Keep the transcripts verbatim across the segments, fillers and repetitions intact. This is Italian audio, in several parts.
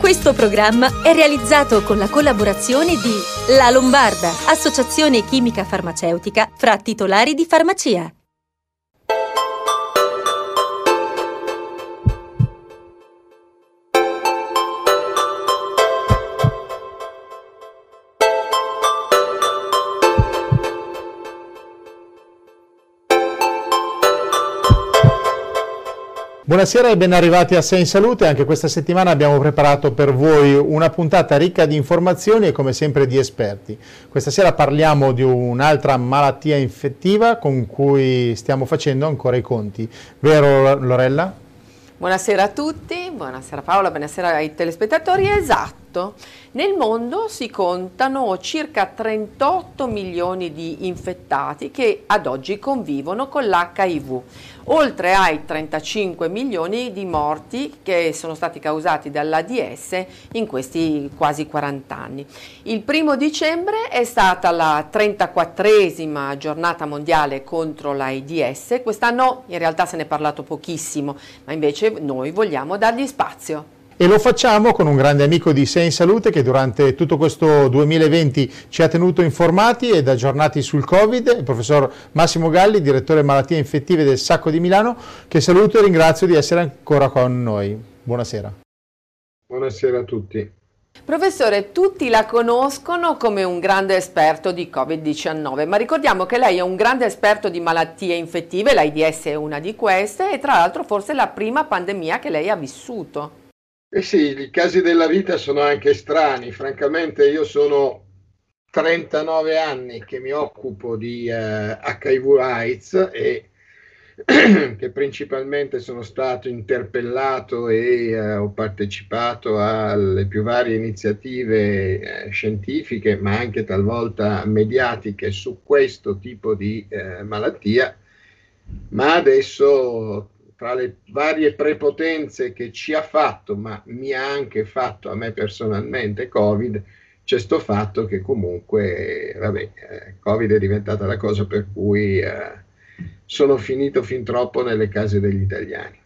Questo programma è realizzato con la collaborazione di La Lombarda, associazione chimica farmaceutica fra titolari di farmacia. Buonasera e ben arrivati a Sei in Salute. Anche questa settimana abbiamo preparato per voi una puntata ricca di informazioni e come sempre di esperti. Questa sera parliamo di un'altra malattia infettiva con cui stiamo facendo ancora i conti. Vero Lorella? Buonasera a tutti, buonasera Paola, buonasera ai telespettatori. Esatto, nel mondo si contano circa trentotto milioni di infettati che ad oggi convivono con l'H I V, oltre ai trentacinque milioni di morti che sono stati causati dall'AIDS in questi quasi quaranta anni. Il primo dicembre è stata la trentaquattresima giornata mondiale contro l'AIDS. Quest'anno in realtà se ne è parlato pochissimo, ma invece noi vogliamo dargli spazio. E lo facciamo con un grande amico di Sei in Salute che durante tutto questo duemilaventi ci ha tenuto informati ed aggiornati sul Covid, il professor Massimo Galli, direttore malattie infettive del Sacco di Milano, che saluto e ringrazio di essere ancora con noi. Buonasera. Buonasera a tutti. Professore, tutti la conoscono come un grande esperto di Covid diciannove, ma ricordiamo che lei è un grande esperto di malattie infettive, l'AIDS è una di queste, e tra l'altro forse è la prima pandemia che lei ha vissuto. Eh sì, i casi della vita sono anche strani. Francamente io sono trentanove anni che mi occupo di eh, H I V AIDS e che principalmente sono stato interpellato e eh, ho partecipato alle più varie iniziative eh, scientifiche, ma anche talvolta mediatiche su questo tipo di eh, malattia, ma adesso tra le varie prepotenze che ci ha fatto, ma mi ha anche fatto a me personalmente Covid, c'è sto fatto che comunque, vabbè, eh, Covid è diventata la cosa per cui eh, sono finito fin troppo nelle case degli italiani.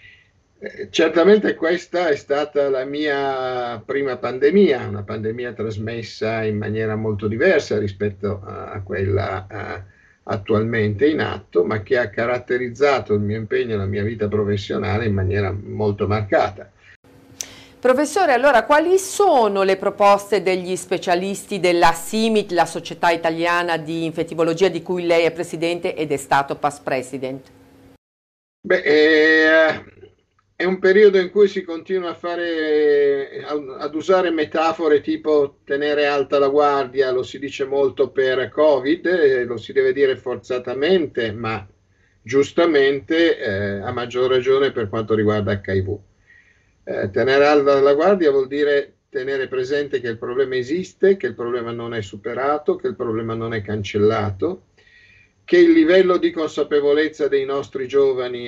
Eh, certamente questa è stata la mia prima pandemia, una pandemia trasmessa in maniera molto diversa rispetto a, a quella a, attualmente in atto, ma che ha caratterizzato il mio impegno e la mia vita professionale in maniera molto marcata. Professore, allora quali sono le proposte degli specialisti della SIMIT, la Società Italiana di Infettivologia di cui lei è presidente ed è stato past president? Beh, eh, è un periodo in cui si continua a fare, ad usare metafore tipo tenere alta la guardia, lo si dice molto per Covid, eh, lo si deve dire forzatamente, ma giustamente eh, a maggior ragione per quanto riguarda H I V. Eh, tenere alta la guardia vuol dire tenere presente che il problema esiste, che il problema non è superato, che il problema non è cancellato, che il livello di consapevolezza dei nostri giovani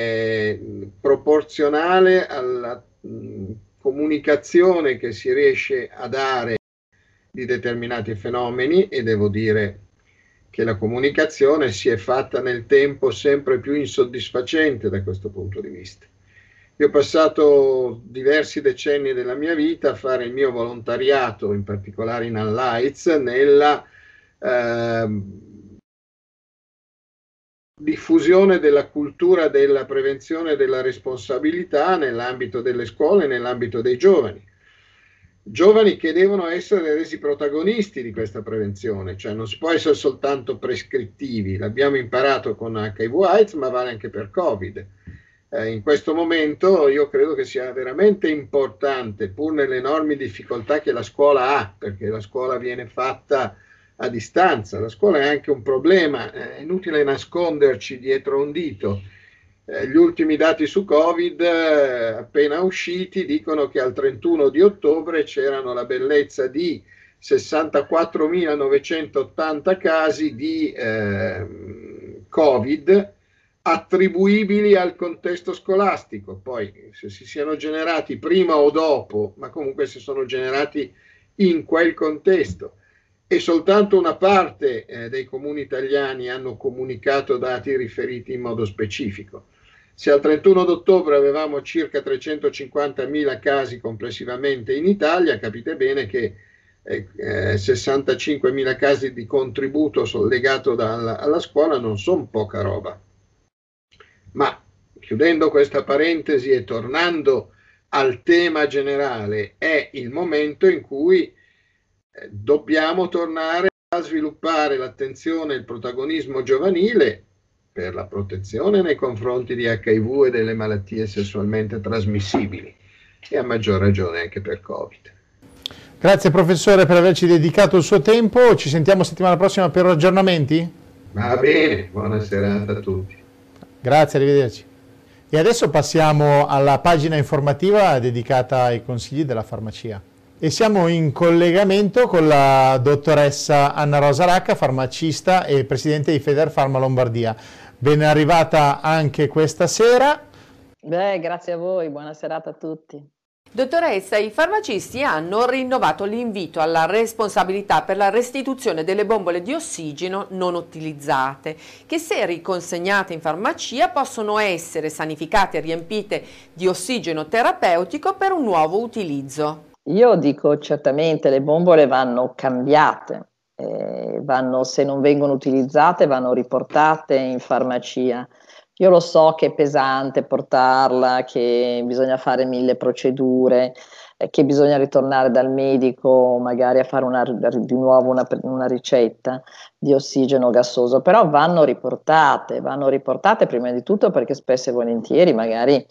è proporzionale alla mh, comunicazione che si riesce a dare di determinati fenomeni, e devo dire che la comunicazione si è fatta nel tempo sempre più insoddisfacente da questo punto di vista. Io ho passato diversi decenni della mia vita a fare il mio volontariato, in particolare in Allights, nella eh, diffusione della cultura della prevenzione e della responsabilità nell'ambito delle scuole e nell'ambito dei giovani. Giovani che devono essere resi protagonisti di questa prevenzione, cioè non si può essere soltanto prescrittivi. L'abbiamo imparato con H I V AIDS, ma vale anche per Covid. Eh, in questo momento io credo che sia veramente importante, pur nelle enormi difficoltà che la scuola ha, perché la scuola viene fatta a distanza, la scuola è anche un problema, è inutile nasconderci dietro un dito. Eh, gli ultimi dati su Covid, eh, appena usciti, dicono che al trentuno di ottobre c'erano la bellezza di sessantaquattromilanovecentottanta casi di eh, Covid attribuibili al contesto scolastico. Poi se si siano generati prima o dopo, ma comunque si sono generati in quel contesto, e soltanto una parte eh, dei comuni italiani hanno comunicato dati riferiti in modo specifico. Se al trentuno d'ottobre avevamo circa trecentocinquantamila casi complessivamente in Italia, capite bene che eh, sessantacinquemila casi di contributo legato da, alla scuola non sono poca roba. Ma chiudendo questa parentesi e tornando al tema generale, è il momento in cui eh, dobbiamo tornare a sviluppare l'attenzione e il protagonismo giovanile per la protezione nei confronti di acca i vu e delle malattie sessualmente trasmissibili, e a maggior ragione anche per Covid. Grazie professore per averci dedicato il suo tempo, ci sentiamo settimana prossima per aggiornamenti? Va bene, buona serata a tutti. Grazie, arrivederci. E adesso passiamo alla pagina informativa dedicata ai consigli della farmacia. E siamo in collegamento con la dottoressa Anna Rosa Racca, farmacista e presidente di Federfarma Lombardia. Ben arrivata anche questa sera. Beh, grazie a voi, buona serata a tutti. Dottoressa, i farmacisti hanno rinnovato l'invito alla responsabilità per la restituzione delle bombole di ossigeno non utilizzate, che se riconsegnate in farmacia possono essere sanificate e riempite di ossigeno terapeutico per un nuovo utilizzo. Io dico certamente le bombole vanno cambiate, eh, vanno, se non vengono utilizzate vanno riportate in farmacia. Io lo so che è pesante portarla, che bisogna fare mille procedure, eh, che bisogna ritornare dal medico magari a fare una, di nuovo una, una ricetta di ossigeno gassoso, però vanno riportate, vanno riportate prima di tutto perché spesso e volentieri magari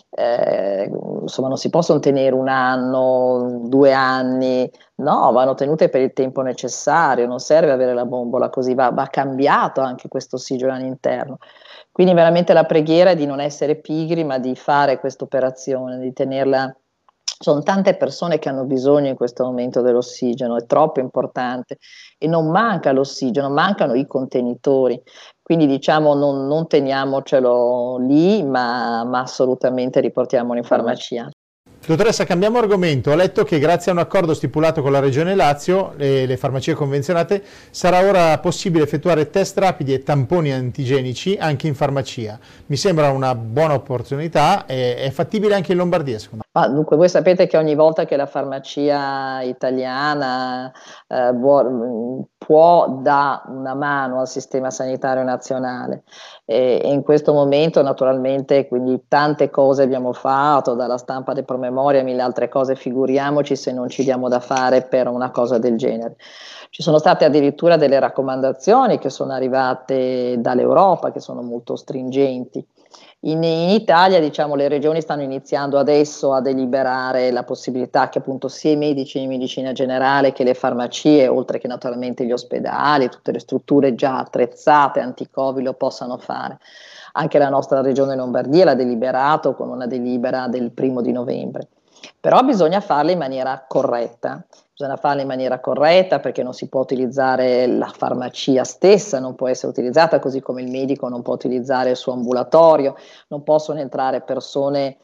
eh, insomma non si possono tenere un anno, due anni, no, vanno tenute per il tempo necessario, non serve avere la bombola così, va, va cambiato anche questo ossigeno all'interno. Quindi veramente la preghiera è di non essere pigri, ma di fare questa operazione, di tenerla. Sono tante persone che hanno bisogno in questo momento dell'ossigeno, è troppo importante e non manca l'ossigeno, mancano i contenitori. Quindi diciamo non, non teniamocelo lì, ma, ma assolutamente riportiamolo in farmacia. Dottoressa, cambiamo argomento. Ho letto che grazie a un accordo stipulato con la Regione Lazio, le, le farmacie convenzionate, sarà ora possibile effettuare test rapidi e tamponi antigenici anche in farmacia. Mi sembra una buona opportunità, e è fattibile anche in Lombardia secondo me. Ah, dunque, voi sapete che ogni volta che la farmacia italiana eh, può, può dare una mano al sistema sanitario nazionale e, e in questo momento naturalmente quindi tante cose abbiamo fatto, dalla stampa del promemoria a mille altre cose, figuriamoci se non ci diamo da fare per una cosa del genere. Ci sono state addirittura delle raccomandazioni che sono arrivate dall'Europa, che sono molto stringenti. In, in Italia, diciamo, le regioni stanno iniziando adesso a deliberare la possibilità che appunto sia i medici di medicina generale che le farmacie, oltre che naturalmente gli ospedali, tutte le strutture già attrezzate anti-Covid lo possano fare. Anche la nostra regione Lombardia l'ha deliberato con una delibera del primo di novembre. Però bisogna farle in maniera corretta. Bisogna farle in maniera corretta perché non si può utilizzare la farmacia stessa, non può essere utilizzata così come il medico non può utilizzare il suo ambulatorio, non possono entrare persone,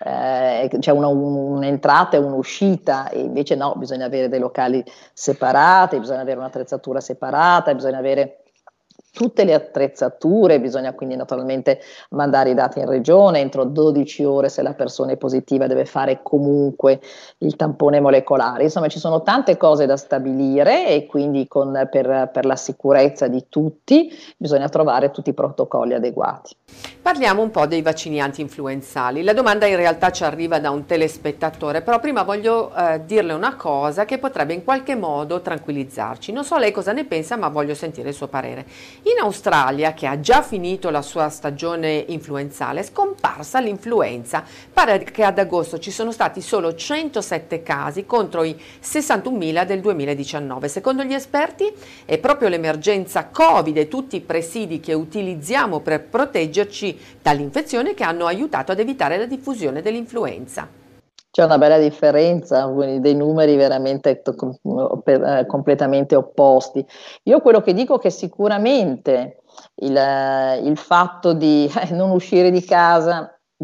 eh, c'è una, un'entrata e un'uscita, e invece no, bisogna avere dei locali separati, bisogna avere un'attrezzatura separata, bisogna avere tutte le attrezzature, bisogna quindi naturalmente mandare i dati in regione, entro dodici ore se la persona è positiva deve fare comunque il tampone molecolare, insomma ci sono tante cose da stabilire e quindi con, per, per la sicurezza di tutti bisogna trovare tutti i protocolli adeguati. Parliamo un po' dei vaccini anti-influenzali. La domanda in realtà ci arriva da un telespettatore, però prima voglio eh, dirle una cosa che potrebbe in qualche modo tranquillizzarci. Non so lei cosa ne pensa, ma voglio sentire il suo parere. In Australia, che ha già finito la sua stagione influenzale, è scomparsa l'influenza. Pare che ad agosto ci sono stati solo centosette casi contro i sessantunomila del duemiladiciannove. Secondo gli esperti è proprio l'emergenza Covid e tutti i presidi che utilizziamo per proteggerci dall'infezione che hanno aiutato ad evitare la diffusione dell'influenza. C'è una bella differenza, dei numeri veramente completamente opposti. Io quello che dico è che sicuramente il, il fatto di non uscire di casa,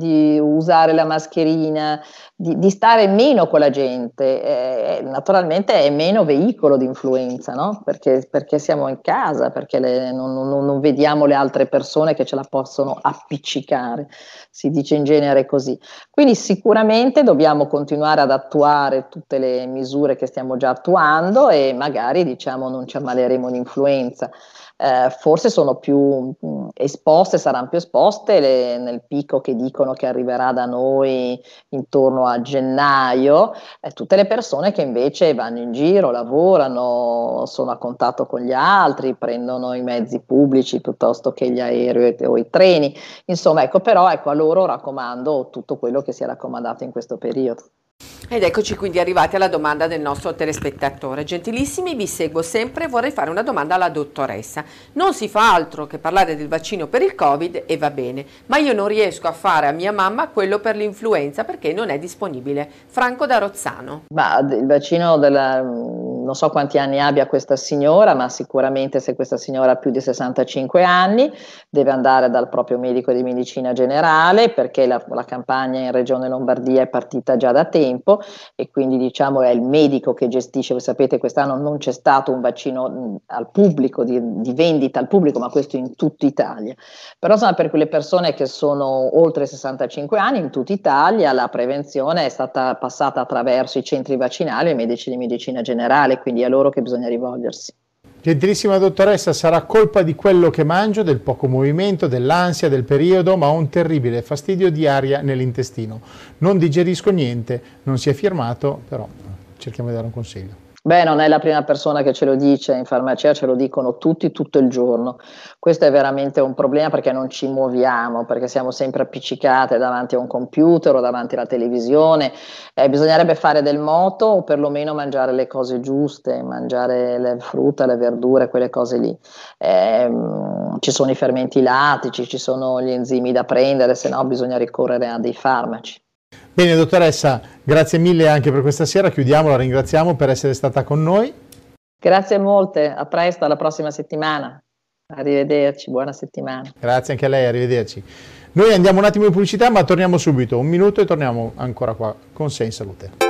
di usare la mascherina, di, di stare meno con la gente, eh, naturalmente è meno veicolo di influenza, no? Perché, perché siamo in casa, perché le, non, non, non vediamo le altre persone che ce la possono appiccicare, si dice in genere così. Quindi sicuramente dobbiamo continuare ad attuare tutte le misure che stiamo già attuando e magari diciamo non ci ammaleremo di influenza. Eh, forse sono più mh, esposte, saranno più esposte le, nel picco che dicono che arriverà da noi intorno a gennaio, eh, tutte le persone che invece vanno in giro, lavorano, sono a contatto con gli altri, prendono i mezzi pubblici piuttosto che gli aerei o i treni, insomma ecco, però ecco, a loro raccomando tutto quello che si è raccomandato in questo periodo. Ed eccoci quindi arrivati alla domanda del nostro telespettatore. Gentilissimi, vi seguo sempre, vorrei fare una domanda alla dottoressa. Non si fa altro che parlare del vaccino per il Covid e va bene, ma io non riesco a fare a mia mamma quello per l'influenza perché non è disponibile. Franco da Rozzano. Ma il vaccino della, non so quanti anni abbia questa signora, ma sicuramente se questa signora ha più di sessantacinque anni deve andare dal proprio medico di medicina generale, perché la, la campagna in Regione Lombardia è partita già da tempo e quindi diciamo è il medico che gestisce. Voi sapete, quest'anno non c'è stato un vaccino mh, al pubblico, di, di vendita al pubblico, ma questo in tutta Italia. Però insomma, per quelle persone che sono oltre sessantacinque anni in tutta Italia la prevenzione è stata passata attraverso i centri vaccinali e i medici di medicina generale, quindi è a loro che bisogna rivolgersi. Gentilissima dottoressa, sarà colpa di quello che mangio, del poco movimento, dell'ansia, del periodo, ma ho un terribile fastidio di aria nell'intestino. Non digerisco niente, non si è firmato, però cerchiamo di dare un consiglio. Beh, non è la prima persona che ce lo dice, in farmacia ce lo dicono tutti tutto il giorno. Questo è veramente un problema perché non ci muoviamo, perché siamo sempre appiccicate davanti a un computer o davanti alla televisione. Eh, bisognerebbe fare del moto o perlomeno mangiare le cose giuste, mangiare le frutta, le verdure, quelle cose lì. Eh, ci sono i fermenti lattici, ci sono gli enzimi da prendere, se no bisogna ricorrere a dei farmaci. Bene dottoressa, grazie mille anche per questa sera, chiudiamo, la ringraziamo per essere stata con noi. Grazie molte, a presto, alla prossima settimana. Arrivederci, buona settimana. Grazie anche a lei, arrivederci. Noi andiamo un attimo in pubblicità ma torniamo subito, un minuto e torniamo ancora qua con Sei in Salute.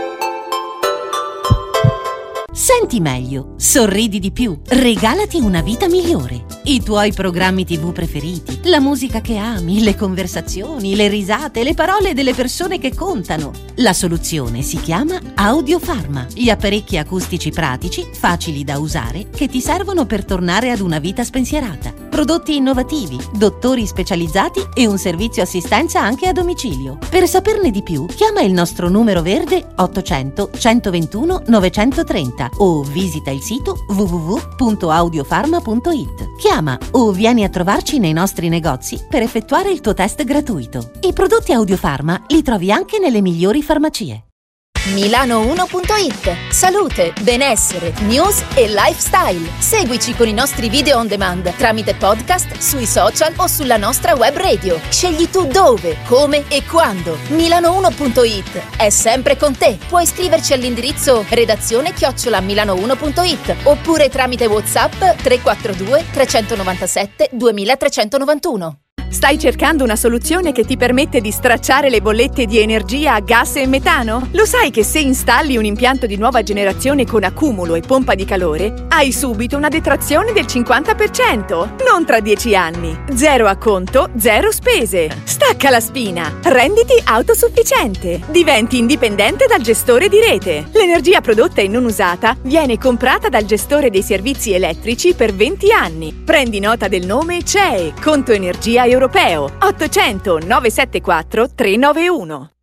Senti meglio, sorridi di più, regalati una vita migliore. I tuoi programmi tivù preferiti, la musica che ami, le conversazioni, le risate, le parole delle persone che contano. La soluzione si chiama Audiofarma, gli apparecchi acustici pratici, facili da usare, che ti servono per tornare ad una vita spensierata. Prodotti innovativi, dottori specializzati e un servizio assistenza anche a domicilio. Per saperne di più, chiama il nostro numero verde ottocento centoventuno novecentotrenta o visita il sito w w w punto audiofarma punto i t. Chiama o vieni a trovarci nei nostri negozi per effettuare il tuo test gratuito. I prodotti Audiofarma li trovi anche nelle migliori farmacie. Milano uno punto it. Salute, benessere, news e lifestyle. Seguici con i nostri video on demand tramite podcast, sui social o sulla nostra web radio. Scegli tu dove, come e quando. Milano uno punto it è sempre con te. Puoi scriverci all'indirizzo redazione chiocciola milano uno punto it oppure tramite WhatsApp tre quattro due tre nove sette due tre nove uno. Stai cercando una soluzione che ti permette di stracciare le bollette di energia a gas e metano? Lo sai che se installi un impianto di nuova generazione con accumulo e pompa di calore, hai subito una detrazione del cinquanta per cento? Non tra dieci anni. Zero acconto, zero spese. Stacca la spina. Renditi autosufficiente. Diventi indipendente dal gestore di rete. L'energia prodotta e non usata viene comprata dal gestore dei servizi elettrici per venti anni. Prendi nota del nome C E E, Conto Energia Europeo. ottocento novecentosettantaquattro trecentonovantuno.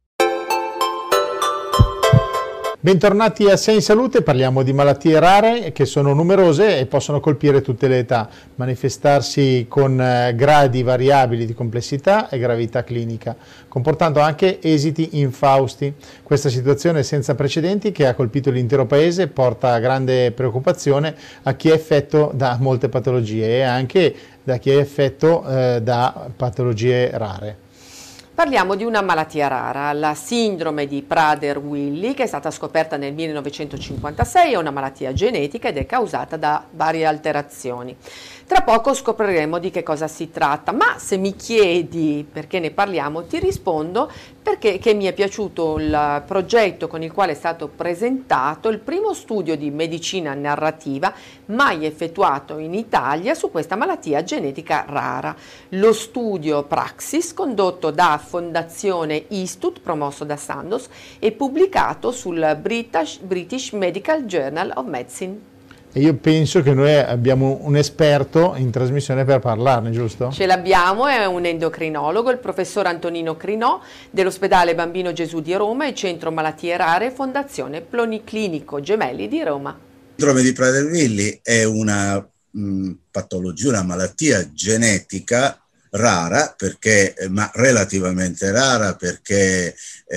Bentornati a Sei in Salute, parliamo di malattie rare che sono numerose e possono colpire tutte le età, manifestarsi con eh, gradi variabili di complessità e gravità clinica, comportando anche esiti infausti. Questa situazione senza precedenti che ha colpito l'intero paese porta a grande preoccupazione a chi è affetto da molte patologie e anche da chi è affetto eh, da patologie rare. Parliamo di una malattia rara, la sindrome di Prader-Willi, che è stata scoperta nel millenovecentocinquantasei, è una malattia genetica ed è causata da varie alterazioni. Tra poco scopriremo di che cosa si tratta, ma se mi chiedi perché ne parliamo, ti rispondo perché che mi è piaciuto il progetto con il quale è stato presentato il primo studio di medicina narrativa mai effettuato in Italia su questa malattia genetica rara. Lo studio Praxis, condotto da Fondazione Istut, promosso da Sandoz, e pubblicato sul British, British Medical Journal of Medicine. E io penso che noi abbiamo un esperto in trasmissione per parlarne, giusto? Ce l'abbiamo, è un endocrinologo, il professor Antonino Crinò dell'ospedale Bambino Gesù di Roma e Centro Malattie Rare, Fondazione Policlinico Gemelli di Roma. La sindrome di Prader-Willi è una mh, patologia, una malattia genetica rara, perché, ma relativamente rara, perché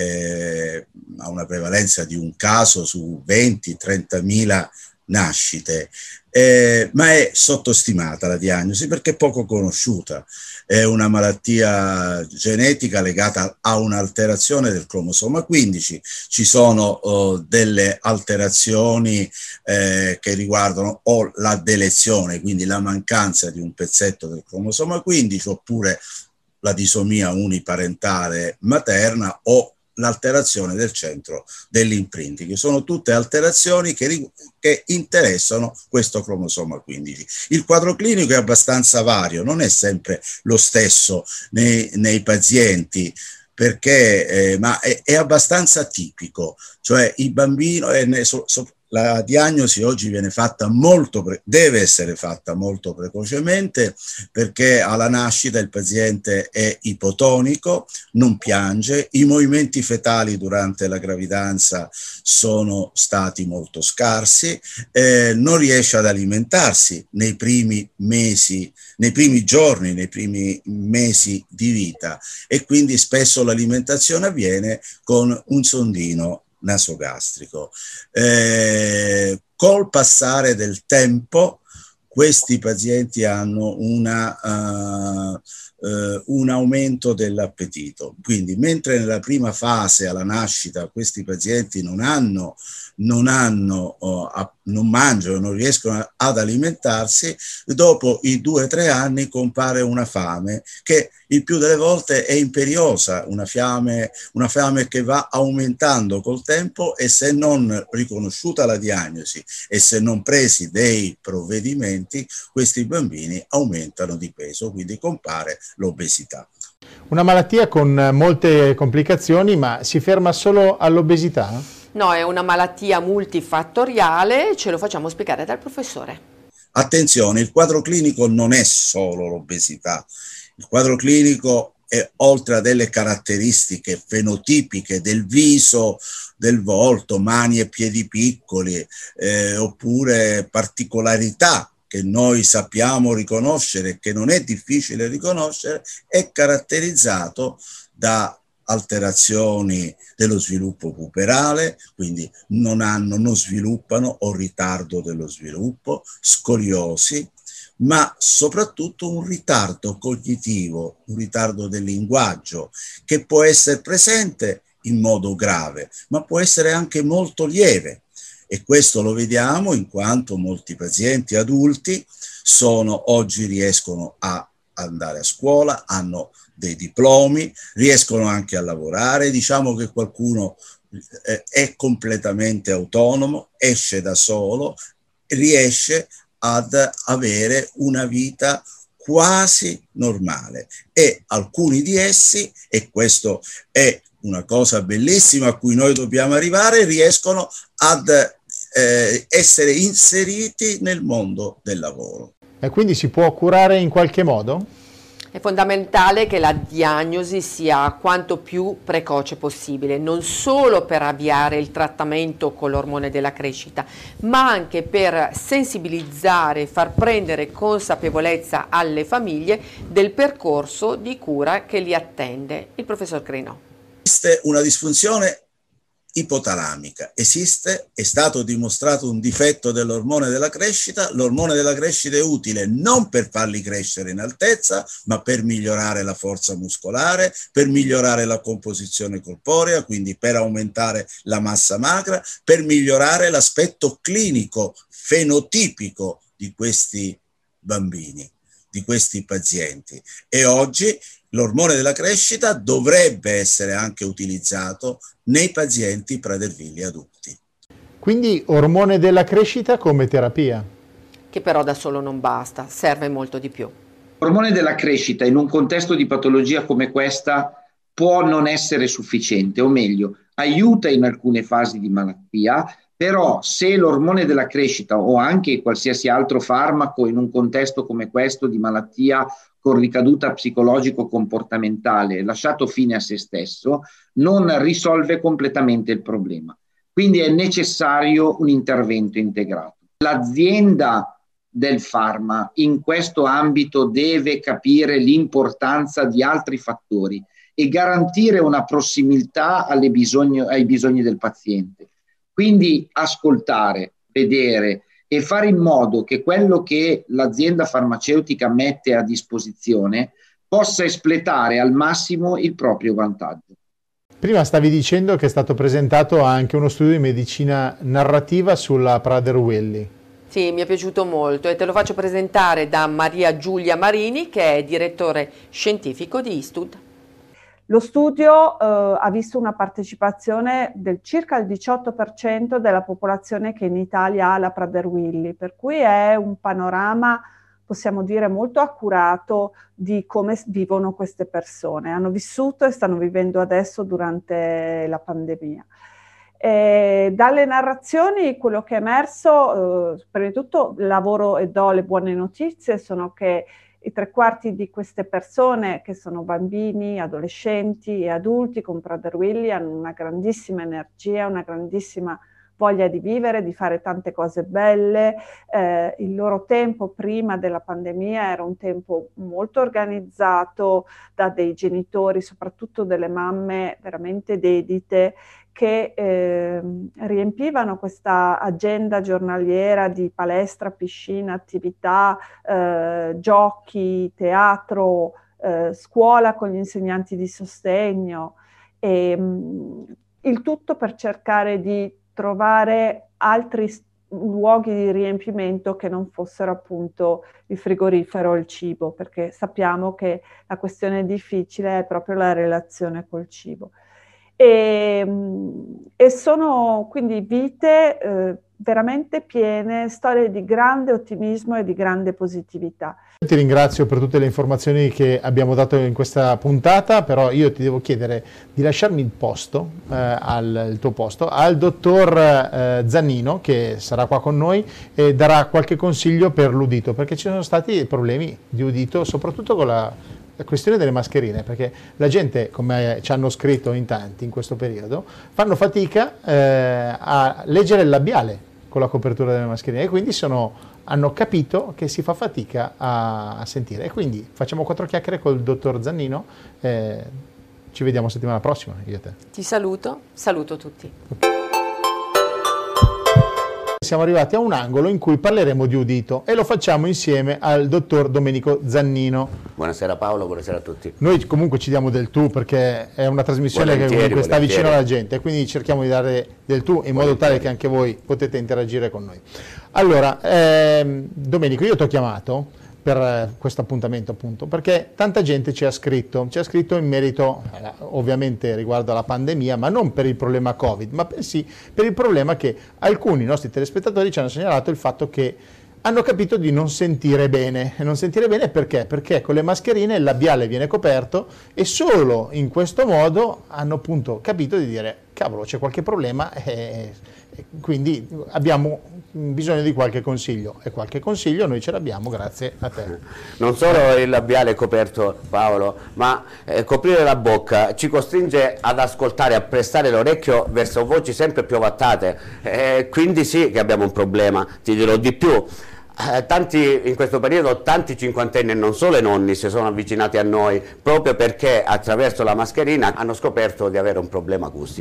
eh, ha una prevalenza di un caso su venti trentamila nascite, eh, ma è sottostimata la diagnosi perché è poco conosciuta. È una malattia genetica legata a un'alterazione del cromosoma quindici. Ci sono oh, delle alterazioni eh, che riguardano o la delezione, quindi la mancanza di un pezzetto del cromosoma quindici, oppure la disomia uniparentale materna o l'alterazione del centro dell'imprinting. Sono tutte alterazioni che, che interessano questo cromosoma quindici. Il quadro clinico è abbastanza vario, non è sempre lo stesso nei, nei pazienti, perché eh, ma è, è abbastanza tipico, cioè il bambino è ne, so, so, la diagnosi oggi viene fatta molto, pre- deve essere fatta molto precocemente, perché alla nascita il paziente è ipotonico, non piange, i movimenti fetali durante la gravidanza sono stati molto scarsi, eh, non riesce ad alimentarsi nei primi mesi, nei primi giorni, nei primi mesi di vita, e quindi spesso l'alimentazione avviene con un sondino nasogastrico. Eh, col passare del tempo questi pazienti hanno una, uh, uh, un aumento dell'appetito, quindi mentre nella prima fase alla nascita questi pazienti non hanno non hanno, uh, a, non mangiano, non riescono ad alimentarsi, dopo i due o tre anni compare una fame che il più delle volte è imperiosa, una fame, una fame che va aumentando col tempo, e se non riconosciuta la diagnosi e se non presi dei provvedimenti, questi bambini aumentano di peso, quindi compare l'obesità. Una malattia con molte complicazioni, ma si ferma solo all'obesità? No, è una malattia multifattoriale, ce lo facciamo spiegare dal professore. Attenzione, il quadro clinico non è solo l'obesità. Il quadro clinico è, oltre a delle caratteristiche fenotipiche del viso, del volto, mani e piedi piccoli, eh, oppure particolarità che noi sappiamo riconoscere, che non è difficile riconoscere, è caratterizzato da alterazioni dello sviluppo puberale, quindi non hanno, non sviluppano o ritardo dello sviluppo, scoliosi, ma soprattutto un ritardo cognitivo, un ritardo del linguaggio, che può essere presente in modo grave, ma può essere anche molto lieve. E questo lo vediamo in quanto molti pazienti adulti sono, oggi riescono a andare a scuola, hanno dei diplomi, riescono anche a lavorare, diciamo che qualcuno eh, è completamente autonomo, esce da solo, riesce ad avere una vita quasi normale, e alcuni di essi, e questo è una cosa bellissima a cui noi dobbiamo arrivare, riescono ad eh, essere inseriti nel mondo del lavoro. E quindi si può curare in qualche modo? È fondamentale che la diagnosi sia quanto più precoce possibile, non solo per avviare il trattamento con l'ormone della crescita, ma anche per sensibilizzare e far prendere consapevolezza alle famiglie del percorso di cura che li attende. Il professor Crinò. Esiste una disfunzione ipotalamica. Esiste, è stato dimostrato un difetto dell'ormone della crescita. L'ormone della crescita è utile non per farli crescere in altezza, ma per migliorare la forza muscolare, per migliorare la composizione corporea, quindi per aumentare la massa magra, per migliorare l'aspetto clinico, fenotipico di questi bambini, di questi pazienti. E oggi l'ormone della crescita dovrebbe essere anche utilizzato nei pazienti Prader-Willi adulti. Quindi ormone della crescita come terapia? Che però da solo non basta, serve molto di più. L'ormone della crescita in un contesto di patologia come questa può non essere sufficiente, o meglio, aiuta in alcune fasi di malattia, però se l'ormone della crescita o anche qualsiasi altro farmaco in un contesto come questo di malattia con ricaduta psicologico-comportamentale lasciato fine a se stesso, non risolve completamente il problema. Quindi è necessario un intervento integrato. L'azienda del farma in questo ambito deve capire l'importanza di altri fattori e garantire una prossimità alle bisogni, ai bisogni del paziente. Quindi ascoltare, vedere e fare in modo che quello che l'azienda farmaceutica mette a disposizione possa espletare al massimo il proprio vantaggio. Prima stavi dicendo che è stato presentato anche uno studio di medicina narrativa sulla Prader-Willi. Sì, mi è piaciuto molto e te lo faccio presentare da Maria Giulia Marini, che è direttore scientifico di ISTUD. Lo studio eh, ha visto una partecipazione del circa il diciotto per cento della popolazione che in Italia ha la Prader-Willi, per cui è un panorama, possiamo dire, molto accurato di come vivono queste persone. Hanno vissuto e stanno vivendo adesso durante la pandemia. E dalle narrazioni quello che è emerso, eh, prima di tutto lavoro e do le buone notizie, sono che i tre quarti di queste persone, che sono bambini, adolescenti e adulti con Prader-Willi, hanno una grandissima energia, una grandissima voglia di vivere, di fare tante cose belle. Eh, il loro tempo prima della pandemia era un tempo molto organizzato da dei genitori, soprattutto delle mamme veramente dedite, che eh, riempivano questa agenda giornaliera di palestra, piscina, attività, eh, giochi, teatro, eh, scuola con gli insegnanti di sostegno, e mh, il tutto per cercare di trovare altri luoghi di riempimento che non fossero appunto il frigorifero o il cibo, perché sappiamo che la questione difficile è proprio la relazione col cibo. E, e sono quindi vite eh, veramente piene, storie di grande ottimismo e di grande positività. Ti ringrazio per tutte le informazioni che abbiamo dato in questa puntata, però io ti devo chiedere di lasciarmi il posto, eh, al, il tuo posto, al dottor eh, Zannino, che sarà qua con noi e darà qualche consiglio per l'udito, perché ci sono stati problemi di udito, soprattutto con la la questione delle mascherine, perché la gente, come ci hanno scritto in tanti in questo periodo, fanno fatica eh, a leggere il labiale con la copertura delle mascherine e quindi sono, hanno capito che si fa fatica a, a sentire. E quindi facciamo quattro chiacchiere col dottor Zannino, eh, ci vediamo settimana prossima, io e te. Ti saluto, saluto tutti. Siamo arrivati a un angolo in cui parleremo di udito e lo facciamo insieme al dottor Domenico Zannino. Buonasera Paolo, buonasera a tutti. Noi comunque ci diamo del tu perché è una trasmissione che comunque sta vicino alla gente, quindi cerchiamo di dare del tu in modo tale che anche voi potete interagire con noi. Allora, ehm, Domenico, io ti ho chiamato per questo appuntamento appunto perché tanta gente ci ha scritto, ci ha scritto in merito ovviamente riguardo alla pandemia, ma non per il problema Covid, ma sì per il problema che alcuni nostri telespettatori ci hanno segnalato il fatto che hanno capito di non sentire bene. E non sentire bene perché? Perché con le mascherine il labiale viene coperto e solo in questo modo hanno appunto capito di dire cavolo, c'è qualche problema e, e quindi abbiamo bisogno di qualche consiglio e qualche consiglio noi ce l'abbiamo grazie a te. Non solo il labiale è coperto Paolo, ma eh, coprire la bocca ci costringe ad ascoltare, a prestare l'orecchio verso voci sempre più ovattate, eh, quindi sì che abbiamo un problema, ti dirò di più. Eh, tanti, in questo periodo tanti cinquantenni e non solo i nonni si sono avvicinati a noi proprio perché attraverso la mascherina hanno scoperto di avere un problema acustico.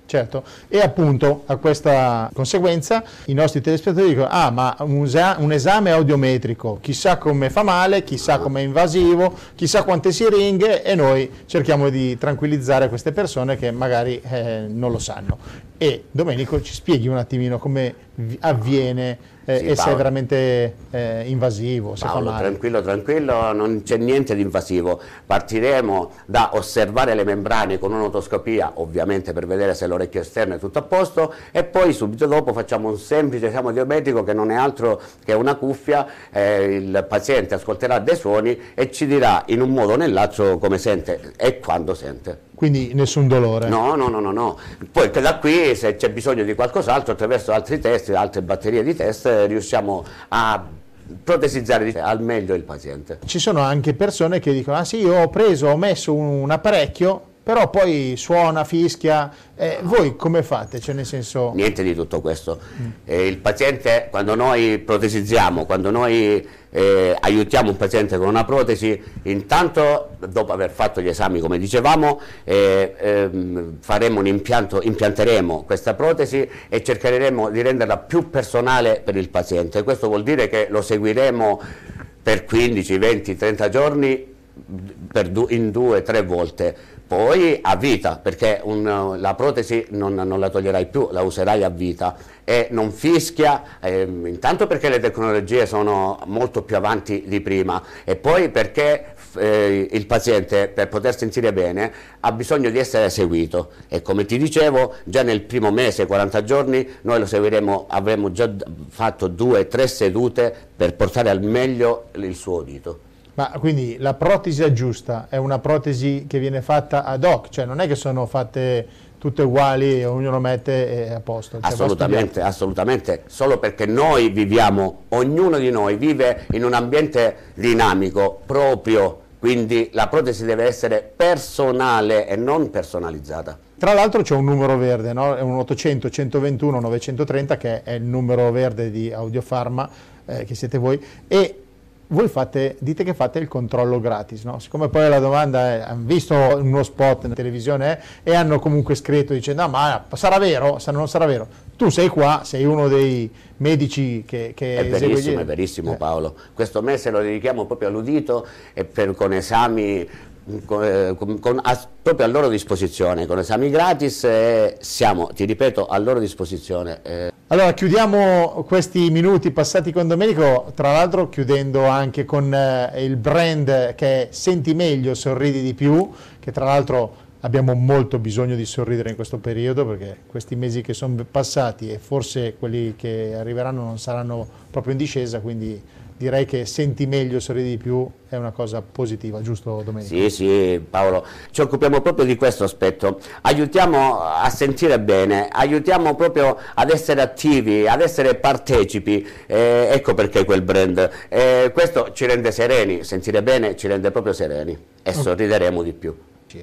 Certo, e appunto a questa conseguenza i nostri telespettatori dicono ah ma un, esa- un esame audiometrico, chissà come fa male, chissà come è invasivo, chissà quante siringhe, e noi cerchiamo di tranquillizzare queste persone che magari eh, non lo sanno. E Domenico ci spieghi un attimino come vi- avviene eh, Sì, e se è Paolo. veramente eh, invasivo, se Paolo, fa male. tranquillo, tranquillo, non c'è niente di invasivo. Partiremo da osservare le membrane con un'otoscopia, ovviamente per vedere se l'orecchio esterno è tutto a posto, e poi subito dopo facciamo un semplice esame audiometrico che non è altro che una cuffia. Eh, il paziente ascolterà dei suoni e ci dirà in un modo o nell'altro come sente e quando sente. Quindi nessun dolore. No, no, no, no, no. Poi che da qui, se c'è bisogno di qualcos'altro, attraverso altri test, altre batterie di test, riusciamo a protesizzare al meglio il paziente. Ci sono anche persone che dicono ah sì, io ho preso, ho messo un apparecchio, però poi suona, fischia, eh, voi come fate? Cioè nel senso... Niente di tutto questo. Mm. Eh, il paziente, quando noi protesizziamo, quando noi eh, aiutiamo un paziente con una protesi, intanto dopo aver fatto gli esami come dicevamo, eh, ehm, faremo un impianto, impianteremo questa protesi e cercheremo di renderla più personale per il paziente. Questo vuol dire che lo seguiremo per quindici, venti, trenta giorni per du- in due, tre volte. Poi a vita, perché un, la protesi non, non la toglierai più, la userai a vita e non fischia, eh, intanto perché le tecnologie sono molto più avanti di prima, e poi perché eh, il paziente, per poter sentire bene, ha bisogno di essere seguito, e come ti dicevo già nel primo mese, quaranta giorni, noi lo seguiremo, avremo già fatto due, tre sedute per portare al meglio il suo udito. Ma quindi la protesi giusta è una protesi che viene fatta ad hoc, cioè non è che sono fatte tutte uguali e ognuno mette a posto. Cioè assolutamente, assolutamente, solo perché noi viviamo, ognuno di noi vive in un ambiente dinamico proprio, quindi la protesi deve essere personale e non personalizzata. Tra l'altro c'è un numero verde, no? È un ottocento centoventuno novecentotrenta che è il numero verde di Audiofarma, eh, che siete voi, e voi fate, dite che fate il controllo gratis, no? Siccome poi la domanda è, hanno visto uno spot in televisione eh, e hanno comunque scritto dicendo, no, ma sarà vero, non sarà vero. Tu sei qua, sei uno dei medici che, che è esegue verissimo, gli... è verissimo eh. Paolo. Questo mese lo dedichiamo proprio all'udito e per, con esami con, con, a, proprio a loro disposizione, con esami gratis, eh, siamo, ti ripeto, a loro disposizione. Eh. Allora chiudiamo questi minuti passati con Domenico, tra l'altro chiudendo anche con eh, il brand che è Senti Meglio, Sorridi di Più, che tra l'altro abbiamo molto bisogno di sorridere in questo periodo, perché questi mesi che sono passati e forse quelli che arriveranno non saranno proprio in discesa, quindi direi che Senti Meglio, Sorridi di Più è una cosa positiva, giusto Domenico? Sì, sì Paolo, ci occupiamo proprio di questo aspetto, aiutiamo a sentire bene, aiutiamo proprio ad essere attivi, ad essere partecipi, eh, ecco perché quel brand, eh, questo ci rende sereni, sentire bene ci rende proprio sereni e sorrideremo di più.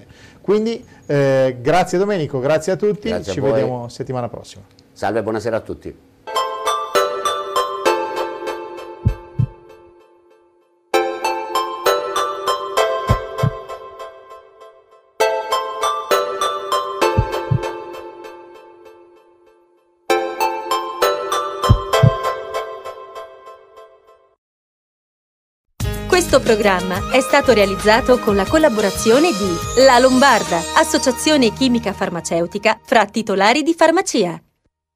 Quindi eh, grazie Domenico, grazie a tutti, Grazie ci a voi. vediamo settimana prossima. Salve, buonasera a tutti. Questo programma è stato realizzato con la collaborazione di La Lombarda, associazione chimica farmaceutica fra titolari di farmacia.